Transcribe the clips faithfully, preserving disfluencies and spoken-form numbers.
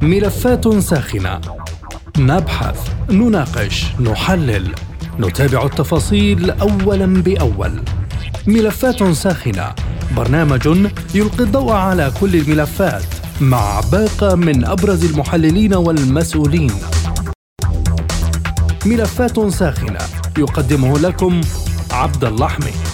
ملفات ساخنة، نبحث، نناقش، نحلل، نتابع التفاصيل أولاً بأول. ملفات ساخنة، برنامج يلقي الضوء على كل الملفات مع باقة من أبرز المحللين والمسؤولين. ملفات ساخنة يقدمه لكم عبد الله حميد.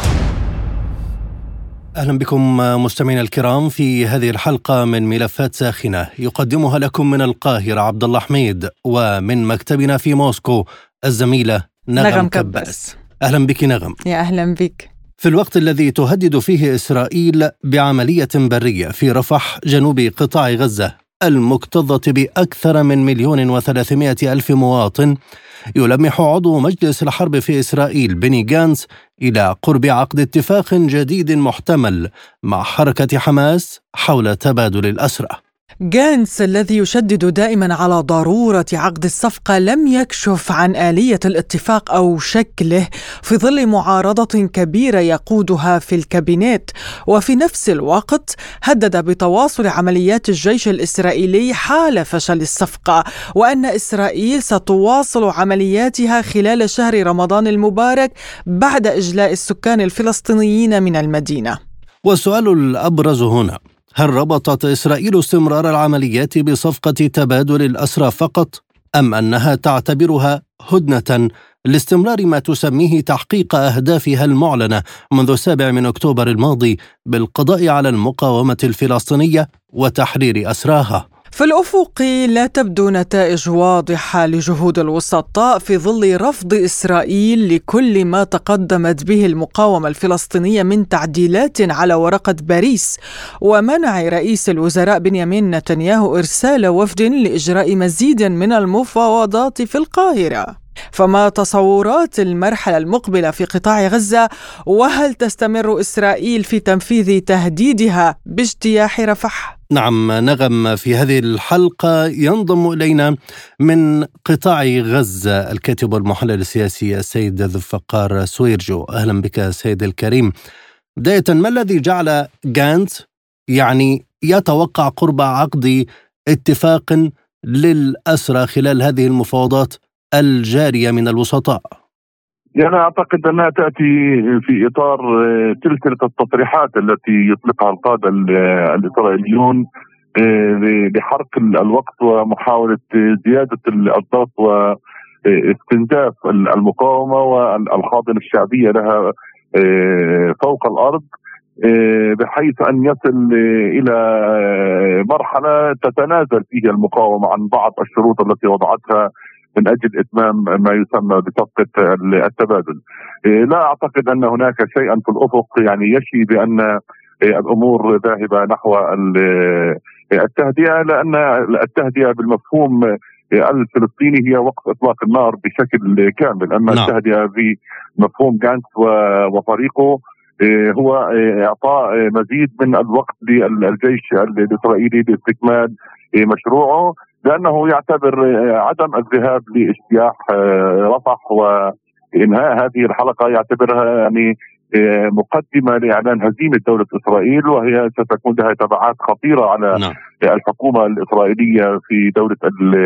أهلا بكم مستمعينا الكرام في هذه الحلقة من ملفات ساخنة، يقدمها لكم من القاهرة عبد الله حميد، ومن مكتبنا في موسكو الزميلة نغم, نغم كباس. أهلا بك نغم. يا أهلا بك. في الوقت الذي تهدد فيه إسرائيل بعملية برية في رفح جنوب قطاع غزة المكتظة بأكثر من مليون وثلاثمائة ألف مواطن، يلمح عضو مجلس الحرب في إسرائيل بني غانتس إلى قرب عقد اتفاق جديد محتمل مع حركة حماس حول تبادل الأسرى. غانتس الذي يشدد دائما على ضرورة عقد الصفقة لم يكشف عن آلية الاتفاق أو شكله في ظل معارضة كبيرة يقودها في الكابينت، وفي نفس الوقت هدد بتواصل عمليات الجيش الإسرائيلي حال فشل الصفقة، وأن إسرائيل ستواصل عملياتها خلال شهر رمضان المبارك بعد إجلاء السكان الفلسطينيين من المدينة. والسؤال الأبرز هنا: هل ربطت إسرائيل استمرار العمليات بصفقة تبادل الأسرى فقط، أم أنها تعتبرها هدنة لاستمرار ما تسميه تحقيق أهدافها المعلنة منذ السابع من أكتوبر الماضي بالقضاء على المقاومة الفلسطينية وتحرير أسراها؟ في الأفق لا تبدو نتائج واضحة لجهود الوسطاء في ظل رفض إسرائيل لكل ما تقدمت به المقاومة الفلسطينية من تعديلات على ورقة باريس، ومنع رئيس الوزراء بنيامين نتنياهو إرسال وفد لإجراء مزيد من المفاوضات في القاهرة. فما تصورات المرحلة المقبلة في قطاع غزة؟ وهل تستمر إسرائيل في تنفيذ تهديدها باجتياح رفح؟ نعم نغم، في هذه الحلقة ينضم إلينا من قطاع غزة الكاتب والمحلل السياسي السيد ذو الفقار سويرجو. أهلا بك سيد الكريم. بداية، ما الذي جعل غانتس يعني يتوقع قرب عقد اتفاق للأسرى خلال هذه المفاوضات الجارية من الوسطاء؟ يعني أعتقد أنها تأتي في إطار سلسلة التصريحات التي يطلقها القادة الإسرائيليون لحرق الوقت ومحاولة زيادة الضغط واستنزاف المقاومة والحاضنة الشعبية لها فوق الأرض، بحيث أن يصل إلى مرحلة تتنازل فيها المقاومة عن بعض الشروط التي وضعتها من أجل إتمام ما يسمى بصفقة التبادل. لا أعتقد أن هناك شيئا في الأفق يعني يشي بأن الأمور ذاهبة نحو التهدئة، لأن التهدئة بالمفهوم الفلسطيني هي وقف إطلاق النار بشكل كامل، أما لا. التهدئة بمفهوم غانتس وفريقه هو إعطاء مزيد من الوقت للجيش الإسرائيلي لاستكمال مشروعه، لأنه يعتبر عدم الذهاب لاجتياح رفح وإنهاء هذه الحلقة يعتبرها يعني مقدمة لإعلان هزيمة دولة إسرائيل، وهي ستكون لها تبعات خطيرة على نعم. الحكومة الإسرائيلية في دولة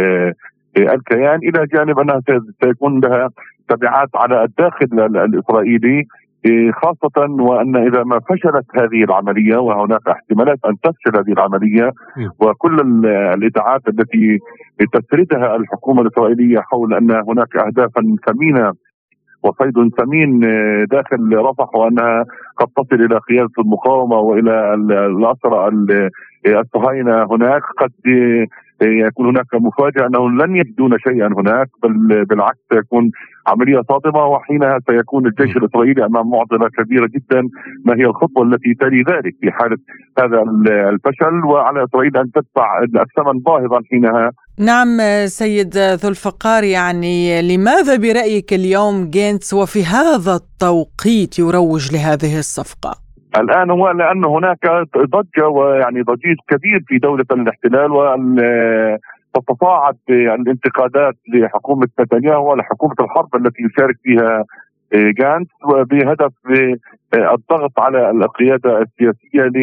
الكيان، إلى جانب أنها سيكون لها تبعات على الداخل الإسرائيلي، خاصة وأن إذا ما فشلت هذه العملية، وهناك احتمالات أن تفشل هذه العملية، وكل الإدعاءات التي تسردها الحكومة الإسرائيلية حول أن هناك أهدافا ثمينة وصيد ثمين داخل رفح، وأنها قد تصل إلى قيادة المقاومة وإلى الأسرى الصهاينة هناك، قد يكون هناك مفاجأة أنه لن يجدون شيئا هناك، بل بالعكس سيكون عملية صادمة، وحينها سيكون الجيش الإسرائيلي أمام معضلة كبيرة جدا. ما هي الخطوة التي تلي ذلك في حالة هذا الفشل؟ وعلى إسرائيل أن تدفع الثمن باهظا حينها. نعم سيد ذو الفقار، يعني لماذا برأيك اليوم غانتس وفي هذا التوقيت يروج لهذه الصفقة؟ الآن هو لأن هناك ضجة ويعني ضجيج كبير في دولة الاحتلال، وأن تتصاعد الانتقادات لحكومة نتنياهو ولحكومة الحرب التي يشارك فيها غانتس، بهدف الضغط على القيادة السياسية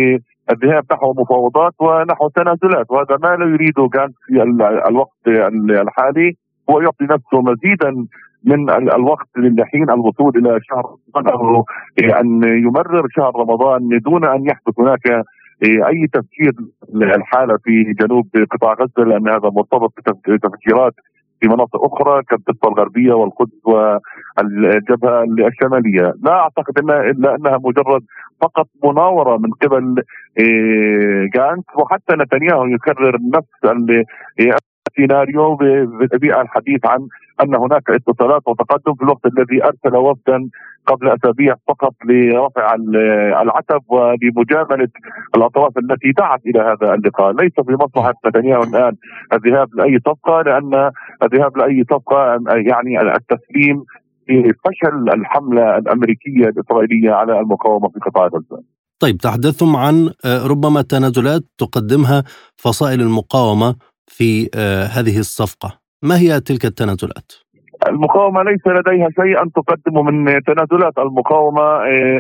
الذهاب نحو مفاوضات ونحو تنازلات، وهذا ما لا يريده كان في الوقت الحالي، هو يعطي نفسه مزيدا من الوقت لحين الوصول الى شهر رمضان، او ان يمرر شهر رمضان دون ان يحدث هناك اي تفكير الحاله في جنوب قطاع غزه، لان هذا مرتبط بتفكيرات في مناطق اخرى كالضفه الغربيه والقدس والجبهه الشماليه. لا اعتقد انها الا انها مجرد فقط مناوره من قبل جانس، وحتى نتنياهو يكرر نفس السيناريو بالحديث عن ان هناك اتصالات وتقدم، في الوقت الذي ارسل وفدا قبل اسابيع فقط لرفع العتب ولمجامله الاطراف التي دعت الى هذا اللقاء. ليس في مصلحه نتنياهو الان الذهاب لاي صفقه، لان الذهاب لاي صفقه يعني التسليم فشل الحمله الامريكيه الاسرائيليه على المقاومه في قطاع غزه. طيب، تحدثتم عن ربما تنازلات تقدمها فصائل المقاومه في هذه الصفقه، ما هي تلك التنازلات؟ المقاومة ليس لديها شيء أن تقدمه من تنازلات. المقاومة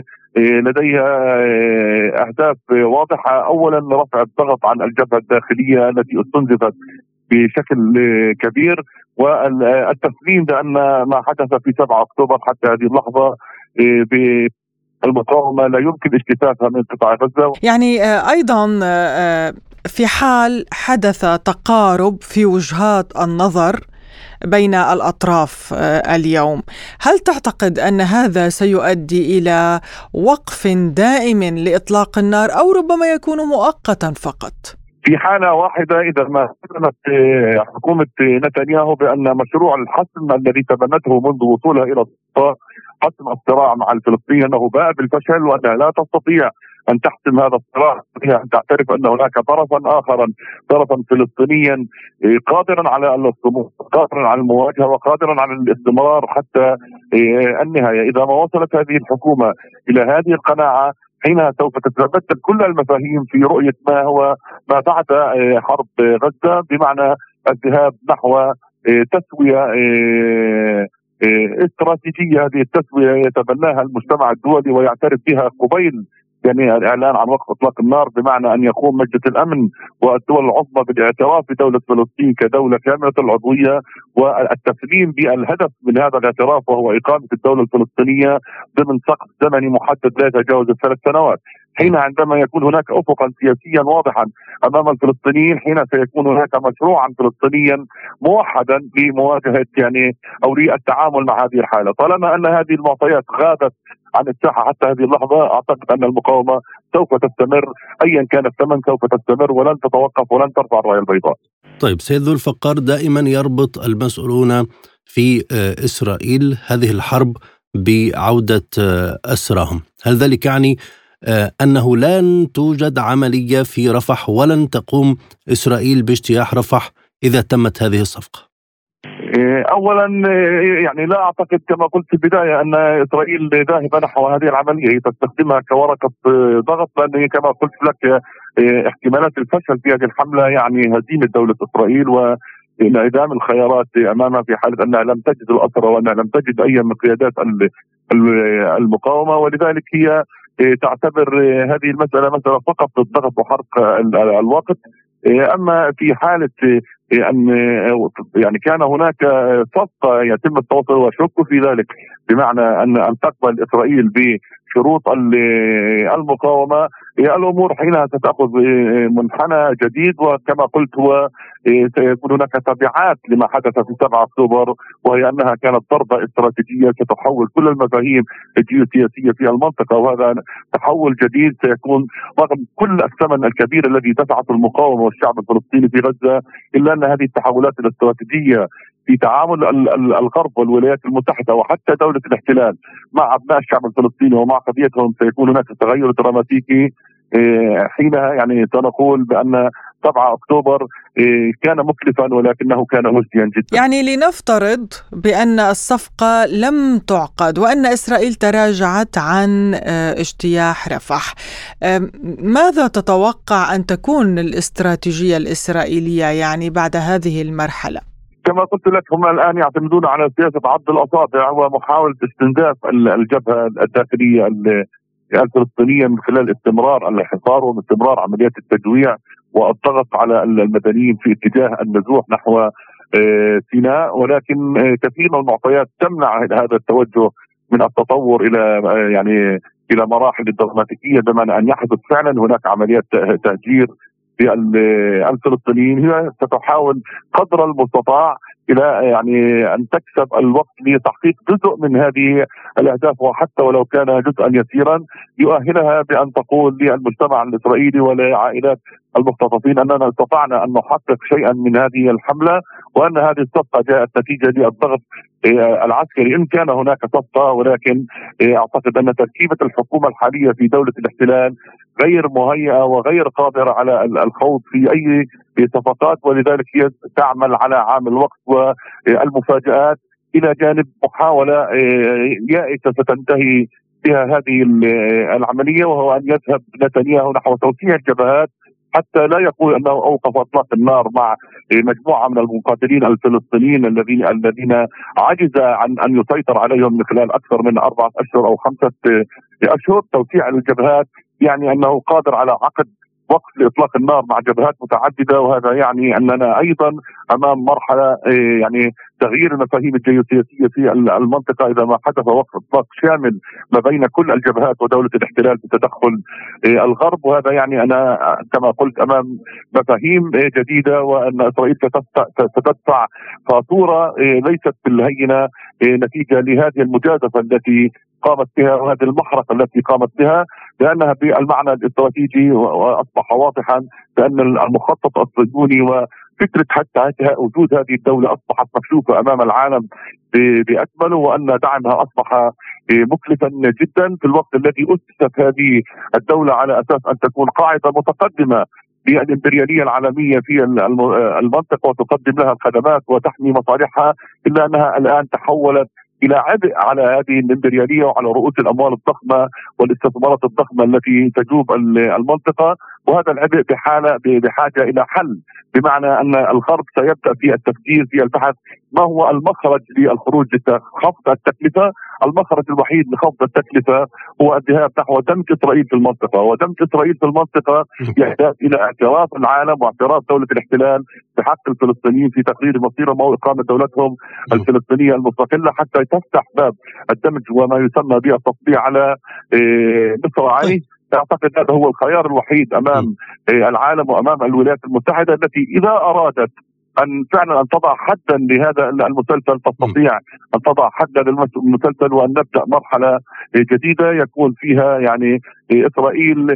لديها أهداف واضحة، أولا رفع الضغط عن الجبهة الداخلية التي استنزفت بشكل كبير، والتسليم بأن ما حدث في سبعة أكتوبر حتى هذه اللحظة بالمقاومة لا يمكن اجتثاثها من قطاع غزة. يعني أيضا في حال حدث تقارب في وجهات النظر بين الأطراف اليوم، هل تعتقد أن هذا سيؤدي إلى وقف دائم لإطلاق النار، أو ربما يكون مؤقتا فقط؟ في حالة واحدة، إذا ما أعلنت حكومة نتنياهو بأن مشروع الحسم الذي تبنته منذ وصولها إلى السلطة، حسم الصراع مع الفلسطينيين، أنه باء بالفشل وأنها لا تستطيع أن تحسم هذا الصراع، أن تعترف أن هناك طرفا آخرا، طرفا فلسطينيا قادرا على الصمود، قادرا على المواجهة، وقادرا على الاستمرار حتى النهاية. إذا ما وصلت هذه الحكومة إلى هذه القناعة، حينها سوف تتبدل كل المفاهيم في رؤية ما هو ما بعد حرب غزة، بمعنى الذهاب نحو تسوية استراتيجية. هذه التسوية يتبناها المجتمع الدولي ويعترف بها قبيل يعني الإعلان عن وقف إطلاق النار، بمعنى أن يقوم مجلس الأمن والدول العظمى بالاعتراف بدولة فلسطين كدولة كاملة العضوية، والتسليم بالهدف من هذا الاعتراف وهو إقامة الدولة الفلسطينية ضمن سقف زمني محدد لا يتجاوز الثلاث سنوات. حين عندما يكون هناك أفقا سياسيا واضحا أمام الفلسطينيين، حين سيكون هناك مشروعا فلسطينيا موحدا لمواجهة يعني أو للتعامل مع هذه الحالة. طالما أن هذه المعطيات غابت عن الساحة حتى هذه اللحظة، أعتقد أن المقاومة سوف تستمر أيا كان الثمن، سوف تستمر ولن تتوقف ولن ترفع الراية البيضاء. طيب سيد ذو الفقار، دائما يربط المسؤولون في إسرائيل هذه الحرب بعودة أسراهم، هل ذلك يعني أنه لن توجد عملية في رفح ولن تقوم إسرائيل باجتياح رفح إذا تمت هذه الصفقة؟ اولا يعني لا اعتقد كما قلت في البدايه ان اسرائيل ذاهبه نحو هذه العمليه، هي تستخدمها كورقه ضغط، لان كما قلت لك احتمالات الفشل في هذه الحمله يعني هزيمه دوله اسرائيل وانعدام الخيارات امامها في حاله انها لم تجد الاسرى وانها لم تجد اي من قيادات المقاومه، ولذلك هي تعتبر هذه المساله مساله فقط للضغط وحرق الوقت. اما في حاله ان يعني كان هناك صفقه يتم التوصل وشك في ذلك، بمعنى ان ان تقبل اسرائيل بشروط المقاومه، الامور حينها ستاخذ منحنى جديد، وكما قلت هو سيكون هناك تبعات لما حدث في سبعة أكتوبر، وهي انها كانت ضربه استراتيجيه ستحول كل المفاهيم الجيوسياسيه في المنطقه، وهذا تحول جديد سيكون رغم كل الثمن الكبير الذي دفعته المقاومه والشعب الفلسطيني في غزه، الا ان هذه التحولات الاستراتيجيه في تعامل الغرب والولايات المتحده وحتى دوله الاحتلال مع ابناء الشعب الفلسطيني ومع قضيتهم سيكون هناك تغير دراماتيكي. حينها يعني سنقول بان سبعة أكتوبر كان مكلفا ولكنه كان مجديا جدا. يعني لنفترض بأن الصفقة لم تعقد وأن إسرائيل تراجعت عن اجتياح رفح، ماذا تتوقع أن تكون الاستراتيجية الإسرائيلية يعني بعد هذه المرحلة؟ كما قلت لك هم الآن يعتمدون على سياسة عض الأصابع ومحاولة استنزاف الجبهة الداخلية الفلسطينية من خلال استمرار الحصار واستمرار عمليات التجويع والضغط على المدنيين في اتجاه النزوح نحو سيناء. ولكن كثير من المعطيات تمنع هذا التوجه من التطور الى يعني الى مراحل دراماتيكيه، بمعنى ان يحدث فعلا هناك عمليات تهجير للفلسطينيين. هي ستحاول قدر المستطاع الى يعني ان تكسب الوقت لتحقيق جزء من هذه الاهداف، وحتى ولو كان جزءا يسيرا يؤهلها بان تقول للمجتمع الاسرائيلي ولعائلات المختطفين اننا استطعنا ان نحقق شيئا من هذه الحمله، وان هذه الصفقه جاءت نتيجه للضغط العسكري. ان كان هناك صفقه، ولكن اعتقد ان تركيبه الحكومه الحاليه في دوله الاحتلال غير مهيئه وغير قادره على الخوض في اي صفقات، ولذلك هي تعمل على عامل الوقت والمفاجآت الى جانب محاوله يائسه ستنتهي بها هذه العمليه، وهو ان يذهب نتنياهو نحو توسيع الجبهات حتى لا يقول انه اوقف اطلاق النار مع مجموعه من المقاتلين الفلسطينيين الذين الذين عجز عن ان يسيطر عليهم من خلال اكثر من اربعه اشهر او خمسه اشهر. توسيع الجبهات يعني انه قادر على عقد وقف لاطلاق النار مع جبهات متعدده، وهذا يعني اننا ايضا امام مرحله يعني تغيير المفاهيم الجيوسياسيه في المنطقه اذا ما حدث وقف اطلاق شامل ما بين كل الجبهات ودوله الاحتلال بتدخل الغرب. وهذا يعني انا كما قلت امام مفاهيم جديده، وان اسرائيل ستدفع فاتوره ليست بالهينه نتيجه لهذه المجازفه التي قامت بها وهذه المحرقه التي قامت بها، لانها بالمعنى الاستراتيجي واصبح واضحا بان المخطط الصهيوني وفكره حتى وجود هذه الدوله اصبحت مكشوفه امام العالم باكمله، وان دعمها اصبح مكلفا جدا في الوقت الذي اسست هذه الدوله على اساس ان تكون قاعده متقدمه بالإمبريالية العالمية في المنطقة وتقدم لها الخدمات وتحمي مصالحها، إلا أنها الآن تحولت إلى عبء على هذه الإمبريالية وعلى رؤوس الأموال الضخمة والاستثمارات الضخمة التي تجوب المنطقة. وهذا العبء بحالة بحاجة إلى حل، بمعنى أن الغرب سيبدأ في التفكير في البحث ما هو المخرج للخروج لخفض التكلفة. المخرج الوحيد لخفض التكلفة هو الذهاب نحو دمج إسرائيل في المنطقة، ودمج إسرائيل في المنطقة يحتاج إلى اعتراف العالم واعتراف دولة الاحتلال بحق الفلسطينيين في تقرير مصيرهم وإقامة دولتهم الفلسطينية المستقلة، حتى تفتح باب الدمج وما يسمى بالتطبيع على مصراعيه. أعتقد هذا هو الخيار الوحيد أمام العالم وأمام الولايات المتحدة، التي إذا أرادت أن فعلا أن تضع حدا لهذا المسلسل تستطيع أن تضع حدا للمسلسل، وأن نبدأ مرحلة جديدة يكون فيها يعني إسرائيل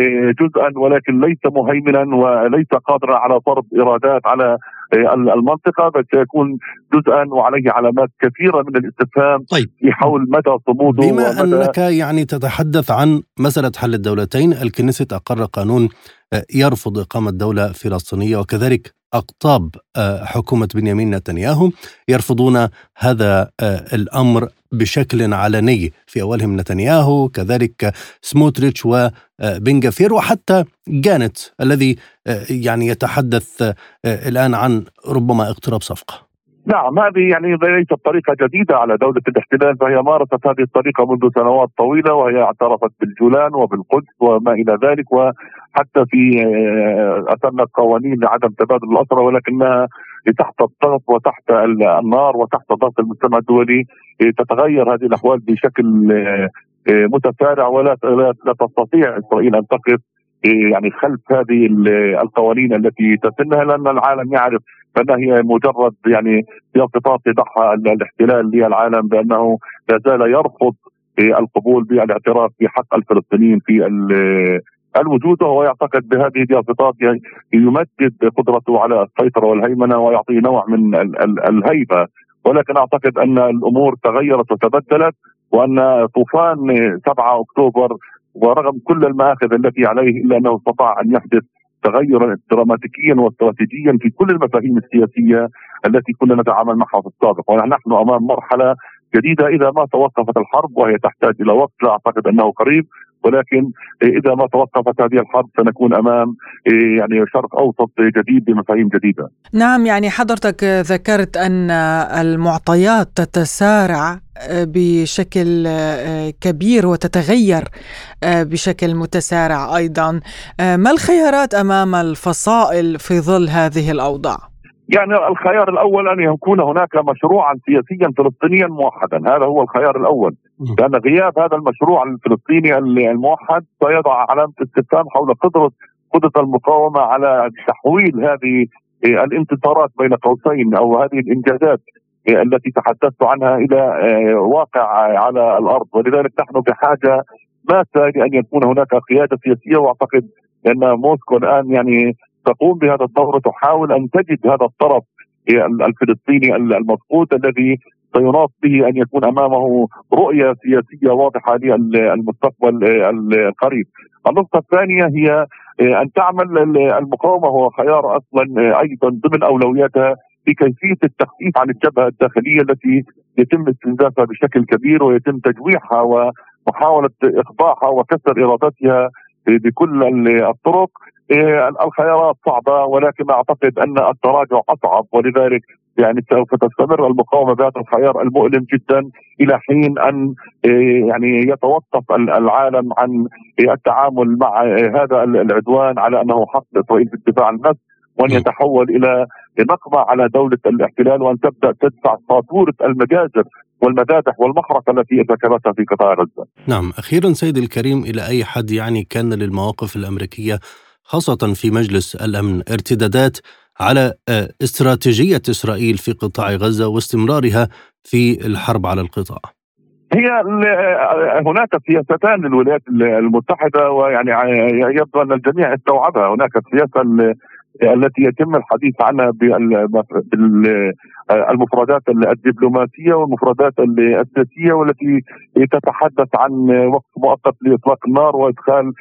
جزءا ولكن ليس مهيمنا وليس قادرا على فرض إرادات على المنطقة، بل سيكون جزءا وعليه علامات كثيرة من الاستفهام طيب. في حول مدى صموده. بما ومدى أنك يعني تتحدث عن مسألة حل الدولتين، الكنيست أقر قانون يرفض إقامة دولة فلسطينية، وكذلك أقطاب حكومة بنيامين نتنياهو يرفضون هذا الأمر بشكل علني، في أولهم نتنياهو كذلك سموتريتش وبن غفير وحتى جانت الذي يعني يتحدث الآن عن ربما اقتراب صفقة. نعم، هذه يعني ليست طريقة جديدة على دولة الاحتلال، فهي مارست هذه الطريقة منذ سنوات طويلة، وهي اعترفت بالجولان وبالقدس وما إلى ذلك، وحتى في أسنت قوانين لعدم تبادل الأسرى، ولكنها تحت الضغط وتحت النار وتحت ضغط المجتمع الدولي تتغير هذه الأحوال بشكل متسارع، ولا لا تستطيع إسرائيل أن تقف يعني خلف هذه القوانين التي تسنها، لأن العالم يعرف أنها هي مجرد يعني التفات ضحى الاحتلال للعالم بأنه لا زال يرفض القبول بالاعتراف بحق الفلسطينيين في الوجود، وهو يعتقد بهذه التفاصيل يعني يمدد قدرته على السيطرة والهيمنة ويعطي نوع من الهيبة. ولكن أعتقد أن الأمور تغيرت وتبدلت، وأن طوفان سبعة أكتوبر ورغم كل المآخذ التي عليه إلا أنه استطاع أن يحدث تغيرا دراماتيكيا واستراتيجيا في كل المفاهيم السياسية التي كنا نتعامل معها في السابق. ونحن أمام مرحلة جديدة إذا ما توقفت الحرب، وهي تحتاج إلى وقت لا أعتقد أنه قريب، ولكن إذا ما توقفت هذه الحرب سنكون أمام يعني شرق أوسط جديد بمفاهيم جديدة. نعم، يعني حضرتك ذكرت أن المعطيات تتسارع بشكل كبير وتتغير بشكل متسارع أيضا. ما الخيارات أمام الفصائل في ظل هذه الأوضاع؟ يعني الخيار الأول أن يكون هناك مشروعا سياسيا فلسطينيا موحدا، هذا هو الخيار الأول، لأن غياب هذا المشروع الفلسطيني الموحد سيضع علامة استفهام حول قدرة قدرة المقاومة على تحويل هذه الانتصارات بين قوسين أو هذه الإنجازات التي تحدثت عنها إلى واقع على الأرض. ولذلك نحن بحاجة ماسة لأن يكون هناك قيادة سياسية، وأعتقد أن موسكو الآن يعني تقوم بهذا الدور، تحاول أن تجد هذا الطرف الفلسطيني المفقود الذي سيناط به أن يكون أمامه رؤية سياسية واضحة للمستقبل القريب. النقطة الثانية هي أن تعمل المقاومة، هو خيار أصلا أيضا ضمن أولوياتها في كيفية التخفيف عن الجبهة الداخلية التي يتم استنزافها بشكل كبير ويتم تجويحها ومحاولة إخضاعها وكسر إرادتها بكل الطرق. الخيارات صعبة، ولكن أعتقد أن التراجع أصعب، ولذلك يعني سوف تستمر المقاومة بهذا الخيار المؤلم جدا إلى حين أن يعني يتوقف العالم عن التعامل مع هذا العدوان على أنه حق إسرائيل في الدفاع عن النفس، وأن يتحول إلى نقمة على دولة الاحتلال، وأن تبدأ تدفع فاتورة المجازر والمذابح والمحرقة التي ارتكبتها في قطاع غزة. نعم، أخيرا سيد الكريم، إلى أي حد يعني كان للمواقف الأمريكية خاصة في مجلس الأمن ارتدادات على استراتيجية إسرائيل في قطاع غزة واستمرارها في الحرب على القطاع؟ هي هناك سياستان للولايات المتحدة، ويعني يبدو أن الجميع استوعبها. هناك السياسة التي يتم الحديث عنها بالمفردات الدبلوماسية والمفردات السياسية، والتي تتحدث عن وقت مؤقت لإطلاق النار وإدخال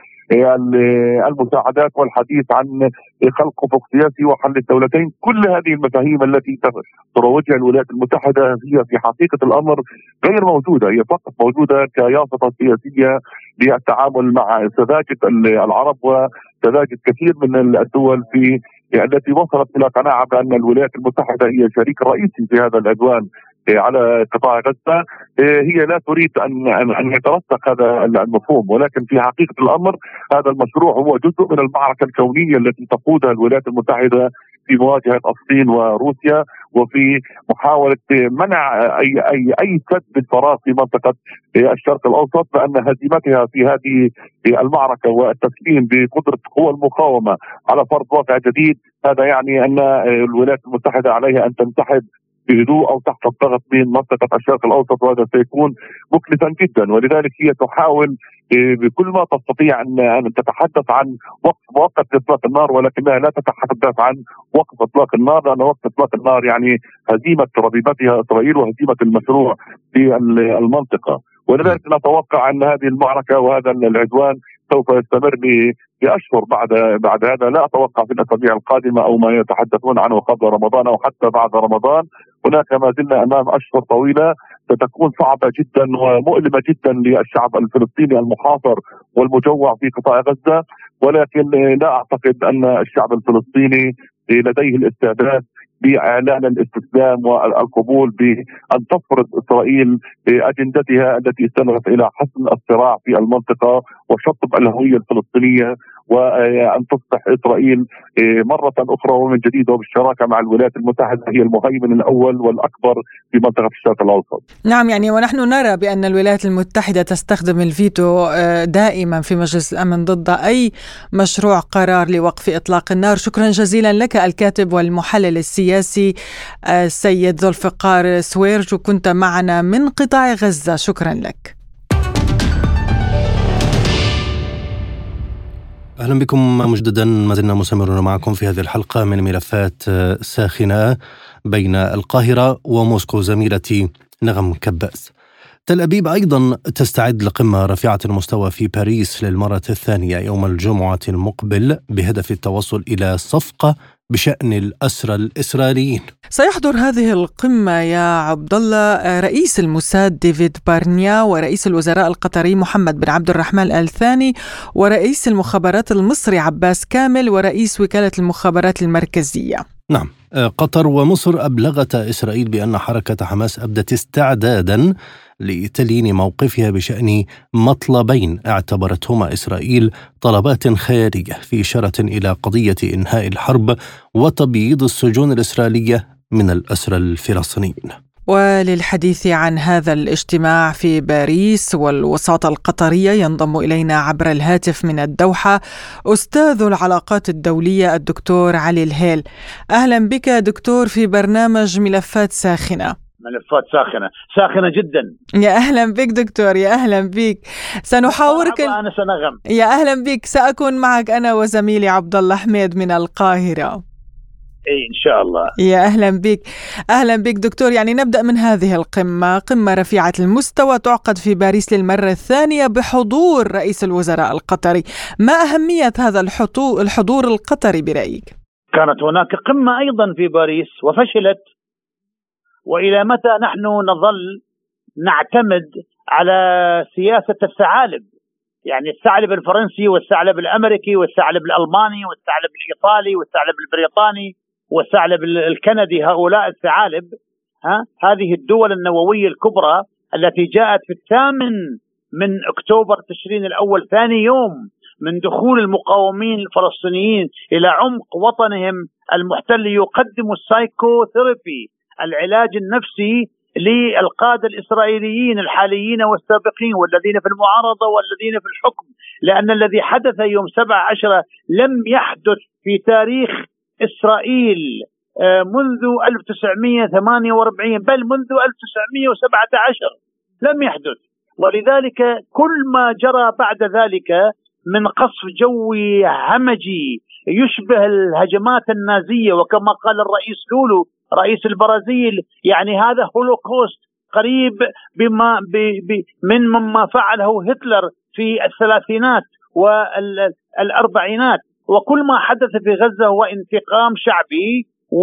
المساعدات والحديث عن خلق افق سياسي وحل الدولتين. كل هذه المفاهيم التي تروجها الولايات المتحدة هي في حقيقة الأمر غير موجودة، هي فقط موجودة كيافطة سياسية للتعامل مع سذاجة العرب وسذاجة كثير من الدول في التي وصلت إلى قناعة بأن الولايات المتحدة هي شريك رئيسي في هذا العدوان على قطاع غزة. هي لا تريد أن أن يترسخ هذا المفهوم، ولكن في حقيقة الأمر هذا المشروع هو جزء من المعركة الكونية التي تقودها الولايات المتحدة في مواجهة الصين وروسيا، وفي محاولة منع أي أي أي سد بالفراغ في منطقة الشرق الأوسط، لأن هزيمتها في هذه المعركة والتسليم بقدرة قوى المقاومة على فرض واقع جديد، هذا يعني أن الولايات المتحدة عليها أن تنسحب بهدوء أو تحت الضغط من منطقة الشرق الأوسط، وهذا سيكون مكلفا جدا. ولذلك هي تحاول بكل ما تستطيع أن تتحدث عن وقف مؤقت لإطلاق النار، ولكنها لا تتحدث عن وقف إطلاق النار، لأن وقف إطلاق النار يعني هزيمة ربيبتها إسرائيل وهزيمة المشروع في المنطقة. ولذلك نتوقع أن هذه المعركة وهذا العدوان سوف يستمر لأشهر بعد بعد هذا. لا أتوقع في الأسابيع القادمة أو ما يتحدثون عنه قبل رمضان أو حتى بعد رمضان. هناك ما زلنا أمام أشهر طويلة ستكون صعبة جدا ومؤلمة جدا للشعب الفلسطيني المحاصر والمجوع في قطاع غزة، ولكن لا أعتقد أن الشعب الفلسطيني لديه الاستعداد بإعلان الاستسلام والقبول بأن تفرض إسرائيل أجندتها التي استندت إلى حسم الصراع في المنطقة وشطب الهوية الفلسطينية، وأن تصبح إسرائيل مرة أخرى ومن جديد وبالشراكة مع الولايات المتحدة هي المهيمن الأول والأكبر في منطقة الشرق الأوسط. نعم، يعني ونحن نرى بأن الولايات المتحدة تستخدم الفيتو دائما في مجلس الأمن ضد أي مشروع قرار لوقف إطلاق النار. شكرا جزيلا لك الكاتب والمحلل السياسي السيد ذو الفقار سويرج، وكنت معنا من قطاع غزة. شكرا لك. أهلا بكم مجددا، ما زلنا مستمرون معكم في هذه الحلقة من ملفات ساخنة بين القاهرة وموسكو. زميلتي نغم كباس. تل أبيب أيضا تستعد لقمة رفيعة المستوى في باريس للمرة الثانية يوم الجمعة المقبل بهدف التوصل إلى صفقة بشأن الأسرى الإسرائيليين. سيحضر هذه القمة يا عبد الله رئيس الموساد ديفيد بارنيا، ورئيس الوزراء القطري محمد بن عبد الرحمن آل ثاني، ورئيس المخابرات المصري عباس كامل، ورئيس وكالة المخابرات المركزية. نعم، قطر ومصر أبلغتا إسرائيل بأن حركة حماس أبدت استعدادا لتليين موقفها بشأن مطلبين اعتبرتهما إسرائيل طلبات خيالية، في إشارة إلى قضية إنهاء الحرب وتبييض السجون الإسرائيلية من الأسرى الفلسطينيين. وللحديث عن هذا الاجتماع في باريس والوساطة القطرية ينضم إلينا عبر الهاتف من الدوحة أستاذ العلاقات الدولية الدكتور علي الهيل. أهلا بك دكتور في برنامج ملفات ساخنة. ملفات ساخنة ساخنة جدا. يا أهلا بك دكتور، يا أهلا بك. سنحاورك أنا سنغم. يا أهلا بك، سأكون معك أنا وزميلي عبد الله حميد من القاهرة. إيه إن شاء الله. يا أهلا بك. أهلا بك دكتور. يعني نبدأ من هذه القمة، قمة رفيعة المستوى تعقد في باريس للمرة الثانية بحضور رئيس الوزراء القطري. ما أهمية هذا الحضور القطري برأيك؟ كانت هناك قمة أيضا في باريس وفشلت، وإلى متى نحن نظل نعتمد على سياسة الثعالب؟ يعني الثعلب الفرنسي والثعلب الأمريكي والثعلب الألماني والثعلب الإيطالي والثعلب البريطاني والثعلب الكندي، هؤلاء الثعالب، ها هذه الدول النووية الكبرى التي جاءت في الثامن من أكتوبر تشرين الأول، ثاني يوم من دخول المقاومين الفلسطينيين إلى عمق وطنهم المحتل، يقدم السايكوثيرابي، العلاج النفسي للقادة الإسرائيليين الحاليين والسابقين والذين في المعارضة والذين في الحكم، لأن الذي حدث يوم سبعة عشر لم يحدث في تاريخ إسرائيل منذ ألف وتسعمئة وثمانية وأربعين، بل منذ ألف وتسعمئة وسبعة عشر لم يحدث. ولذلك كل ما جرى بعد ذلك من قصف جوي همجي يشبه الهجمات النازية، وكما قال الرئيس لولو رئيس البرازيل، يعني هذا هولوكوست قريب بما ب من مما فعله هتلر في الثلاثينات والأربعينات. وكل ما حدث في غزة هو انتقام شعبي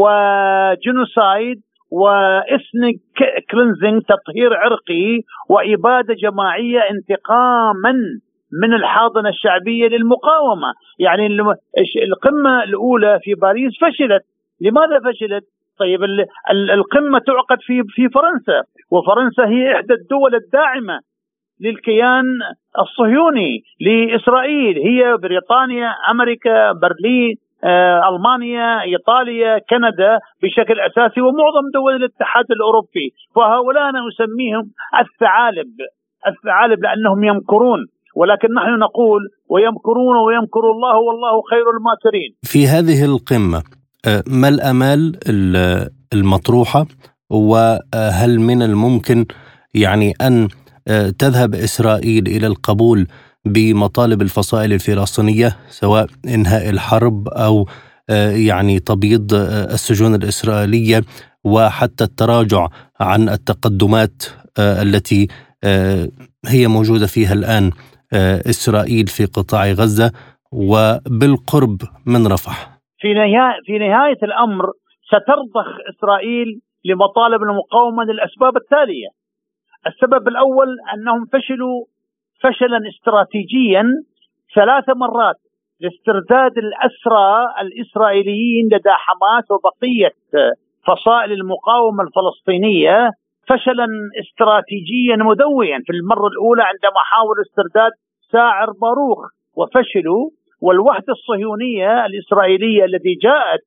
وجنوسايد وإثنيك كلينزينج، تطهير عرقي وإبادة جماعية، انتقاما من الحاضنة الشعبية للمقاومة. يعني القمة الأولى في باريس فشلت. لماذا فشلت؟ طيب القمة تعقد في في فرنسا، وفرنسا هي إحدى الدول الداعمة للكيان الصهيوني لإسرائيل، هي بريطانيا، أمريكا، برلين، آه، ألمانيا، إيطاليا، كندا بشكل أساسي، ومعظم دول الاتحاد الأوروبي. فهؤلاء أنا أسميهم الثعالب، الثعالب لأنهم يمكرون، ولكن نحن نقول ويمكرون ويمكر الله والله خير الماكرين. في هذه القمة ما الآمال المطروحة، وهل من الممكن يعني أن تذهب إسرائيل إلى القبول بمطالب الفصائل الفلسطينية، سواء إنهاء الحرب أو يعني تبييض السجون الإسرائيلية، وحتى التراجع عن التقدمات التي هي موجودة فيها الآن إسرائيل في قطاع غزة وبالقرب من رفح؟ في نهاية في نهاية الأمر سترضخ إسرائيل لمطالب المقاومة للأسباب التالية. السبب الأول أنهم فشلوا فشلا استراتيجيا ثلاث مرات لاسترداد الأسرى الإسرائيليين لدى حماس وبقية فصائل المقاومة الفلسطينية، فشلا استراتيجيا مدويا. في المرة الأولى عندما حاولوا استرداد ساعر باروخ وفشلوا، والوحدة الصهيونية الإسرائيلية التي جاءت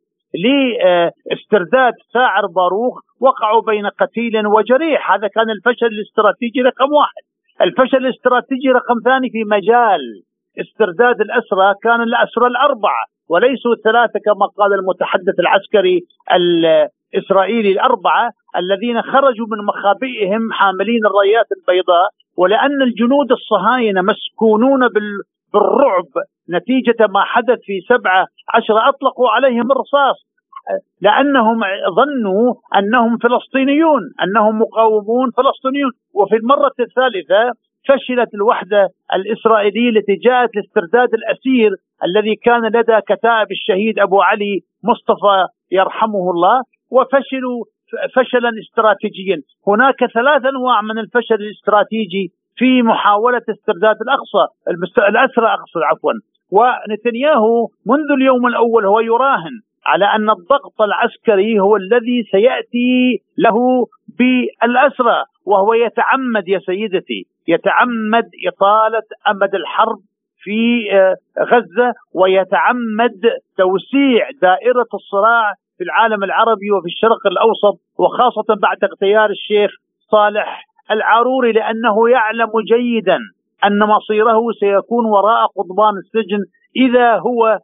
لاسترداد ساعر باروخ وقعوا بين قتيل وجريح. هذا كان الفشل الاستراتيجي رقم واحد. الفشل الاستراتيجي رقم ثاني في مجال استرداد الأسرى كان الأسرى الأربعة وليسوا الثلاثة كما قال المتحدث العسكري الإسرائيلي، الأربعة الذين خرجوا من مخابئهم حاملين الرايات البيضاء. ولأن الجنود الصهاينة مسكونون بالرعب نتيجة ما حدث في سبعة عشر أطلقوا عليهم الرصاص، لأنهم ظنوا أنهم فلسطينيون، أنهم مقاومون فلسطينيون. وفي المرة الثالثة فشلت الوحدة الإسرائيلية التي جاءت لاسترداد الأسير الذي كان لدى كتائب الشهيد أبو علي مصطفى يرحمه الله، وفشلوا فشلا استراتيجيا. هناك ثلاث أنواع من الفشل الاستراتيجي في محاولة استرداد الأقصى الأسرى أقصى عفوا. ونتنياهو منذ اليوم الأول هو يراهن على أن الضغط العسكري هو الذي سيأتي له بالأسرى، وهو يتعمد يا سيدتي يتعمد إطالة أمد الحرب في غزة، ويتعمد توسيع دائرة الصراع في العالم العربي وفي الشرق الأوسط، وخاصة بعد اغتيال الشيخ صالح العاروري، لأنه يعلم جيدا أن مصيره سيكون وراء قضبان السجن إذا هو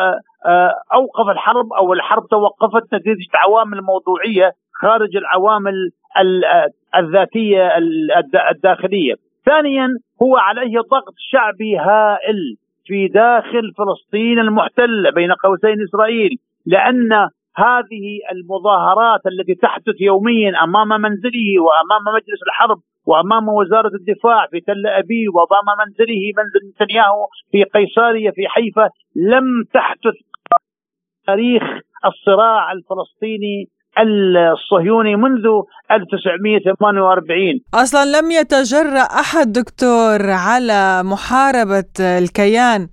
أوقف الحرب أو الحرب توقفت نتيجة عوامل موضوعية خارج العوامل الذاتية الداخلية. ثانيا هو عليه ضغط شعبي هائل في داخل فلسطين المحتلة بين قوسين إسرائيل، لأن هذه المظاهرات التي تحدث يوميا أمام منزله وأمام مجلس الحرب وأمام وزارة الدفاع في تل أبيب وأمام منزله منزل نتنياهو في قيصرية في حيفا لم تحدث تاريخ الصراع الفلسطيني الصهيوني منذ ألف وتسعمئة وثمانية وأربعين. أصلا لم يتجرأ أحد دكتور على محاربة الكيان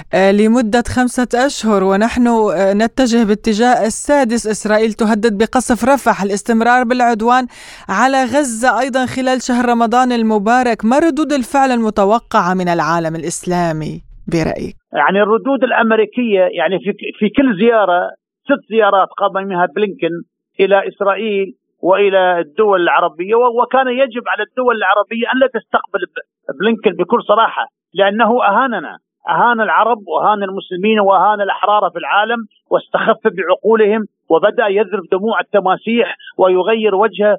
لمدة خمسة أشهر، ونحن نتجه باتجاه السادس. إسرائيل تهدد بقصف رفح، الاستمرار بالعدوان على غزة أيضا خلال شهر رمضان المبارك. ما ردود الفعل المتوقعة من العالم الإسلامي برأيك؟ يعني الردود الأمريكية يعني في, في كل زيارة ست زيارات قام بها بلينكن إلى إسرائيل وإلى الدول العربية، وكان يجب على الدول العربية أن لا تستقبل بلينكن بكل صراحة، لأنه أهاننا، أهان العرب وأهان المسلمين وأهان الأحرار في العالم، واستخف بعقولهم وبدأ يذرف دموع التماسيح ويغير وجهه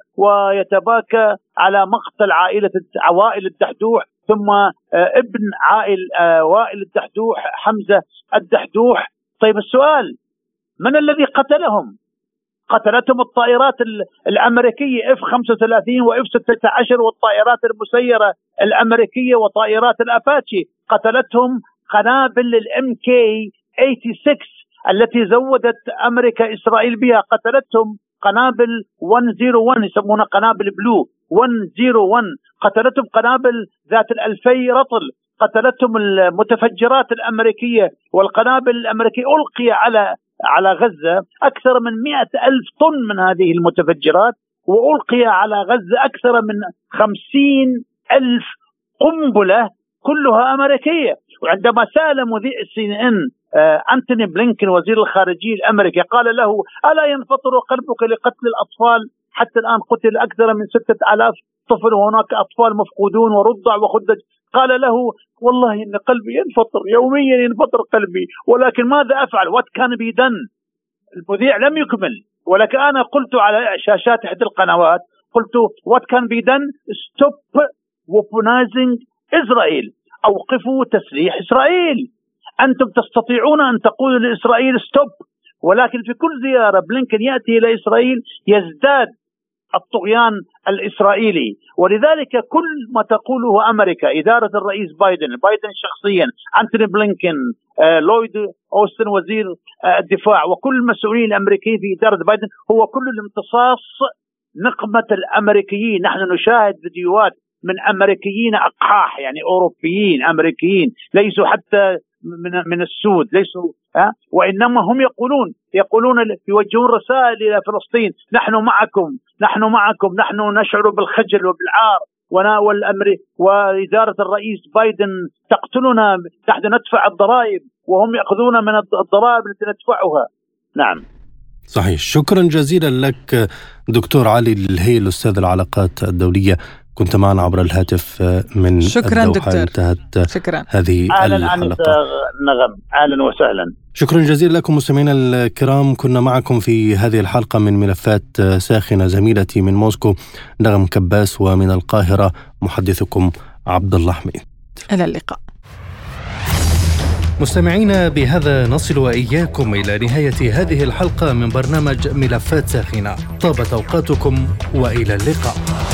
ويتباكى على مقتل عائلة عوائل الدحدوح، ثم ابن عائل وائل الدحدوح حمزة الدحدوح. طيب السؤال، من الذي قتلهم؟ قتلتهم الطائرات الأمريكية إف خمسة وثلاثين وإف ستة عشر والطائرات المسيرة الأمريكية وطائرات الأباتشي، قتلتهم قنابل الام كي ثمانية وثمانين التي زودت أمريكا إسرائيل بها، قتلتهم قنابل مئة وواحد يسمونها قنابل بلو مئة وواحد، قتلتهم قنابل ذات الألفي رطل، قتلتهم المتفجرات الأمريكية والقنابل الأمريكية. ألقي على على غزة أكثر من مئة ألف طن من هذه المتفجرات، وألقي على غزة أكثر من خمسين ألف قنبلة كلها أمريكية. وعندما سأل مذيع سي إن إن أنتوني بلينكن وزير الخارجية الأمريكي قال له: ألا ينفطر قلبك لقتل الأطفال؟ حتى الآن قتل أكثر من ستة آلاف طفل، وهناك أطفال مفقودون ورضع وخدج. قال له: والله إن قلبي ينفطر، يوميا ينفطر قلبي، ولكن ماذا أفعل؟ what can be done؟ المذيع لم يكمل، ولكن أنا قلت على شاشات إحدى القنوات، قلت what can be done stop weaponizing إسرائيل، أوقفوا تسليح إسرائيل. أنتم تستطيعون أن تقولوا لإسرائيل stop، ولكن في كل زيارة بلينكن يأتي إلى إسرائيل يزداد الطغيان الإسرائيلي. ولذلك كل ما تقوله أمريكا، إدارة الرئيس بايدن بايدن شخصيا، أنتوني بلينكن، آه، لويد أوستن وزير آه، الدفاع، وكل المسؤولين الأمريكيين في إدارة بايدن، هو كل الامتصاص نقمة الأمريكيين. نحن نشاهد فيديوهات من أمريكيين أقحاح، يعني أوروبيين أمريكيين ليسوا حتى من من السود، ليسوا ها، وإنما هم يقولون يقولون يوجهون رسائل إلى فلسطين: نحن معكم، نحن معكم، نحن نشعر بالخجل وبالعار، والأمر وإدارة الرئيس بايدن تقتلنا، نحن ندفع الضرائب وهم يأخذون من الضرائب التي ندفعها. نعم صحيح. شكرا جزيلا لك دكتور علي الهيل، أستاذ العلاقات الدولية، كنت معنا عبر الهاتف من شكرا الدوحة. دكتور. انتهت شكرا. هذه الحلقة. نغم، أهلا وسهلا. شكرا جزيلا لكم مستمعينا الكرام. كنا معكم في هذه الحلقة من ملفات ساخنة زميلتي من موسكو نغم كباس، ومن القاهرة محدثكم عبد الله حميد. إلى اللقاء مستمعينا. بهذا نصل وإياكم إلى نهاية هذه الحلقة من برنامج ملفات ساخنة. طابت أوقاتكم وإلى اللقاء.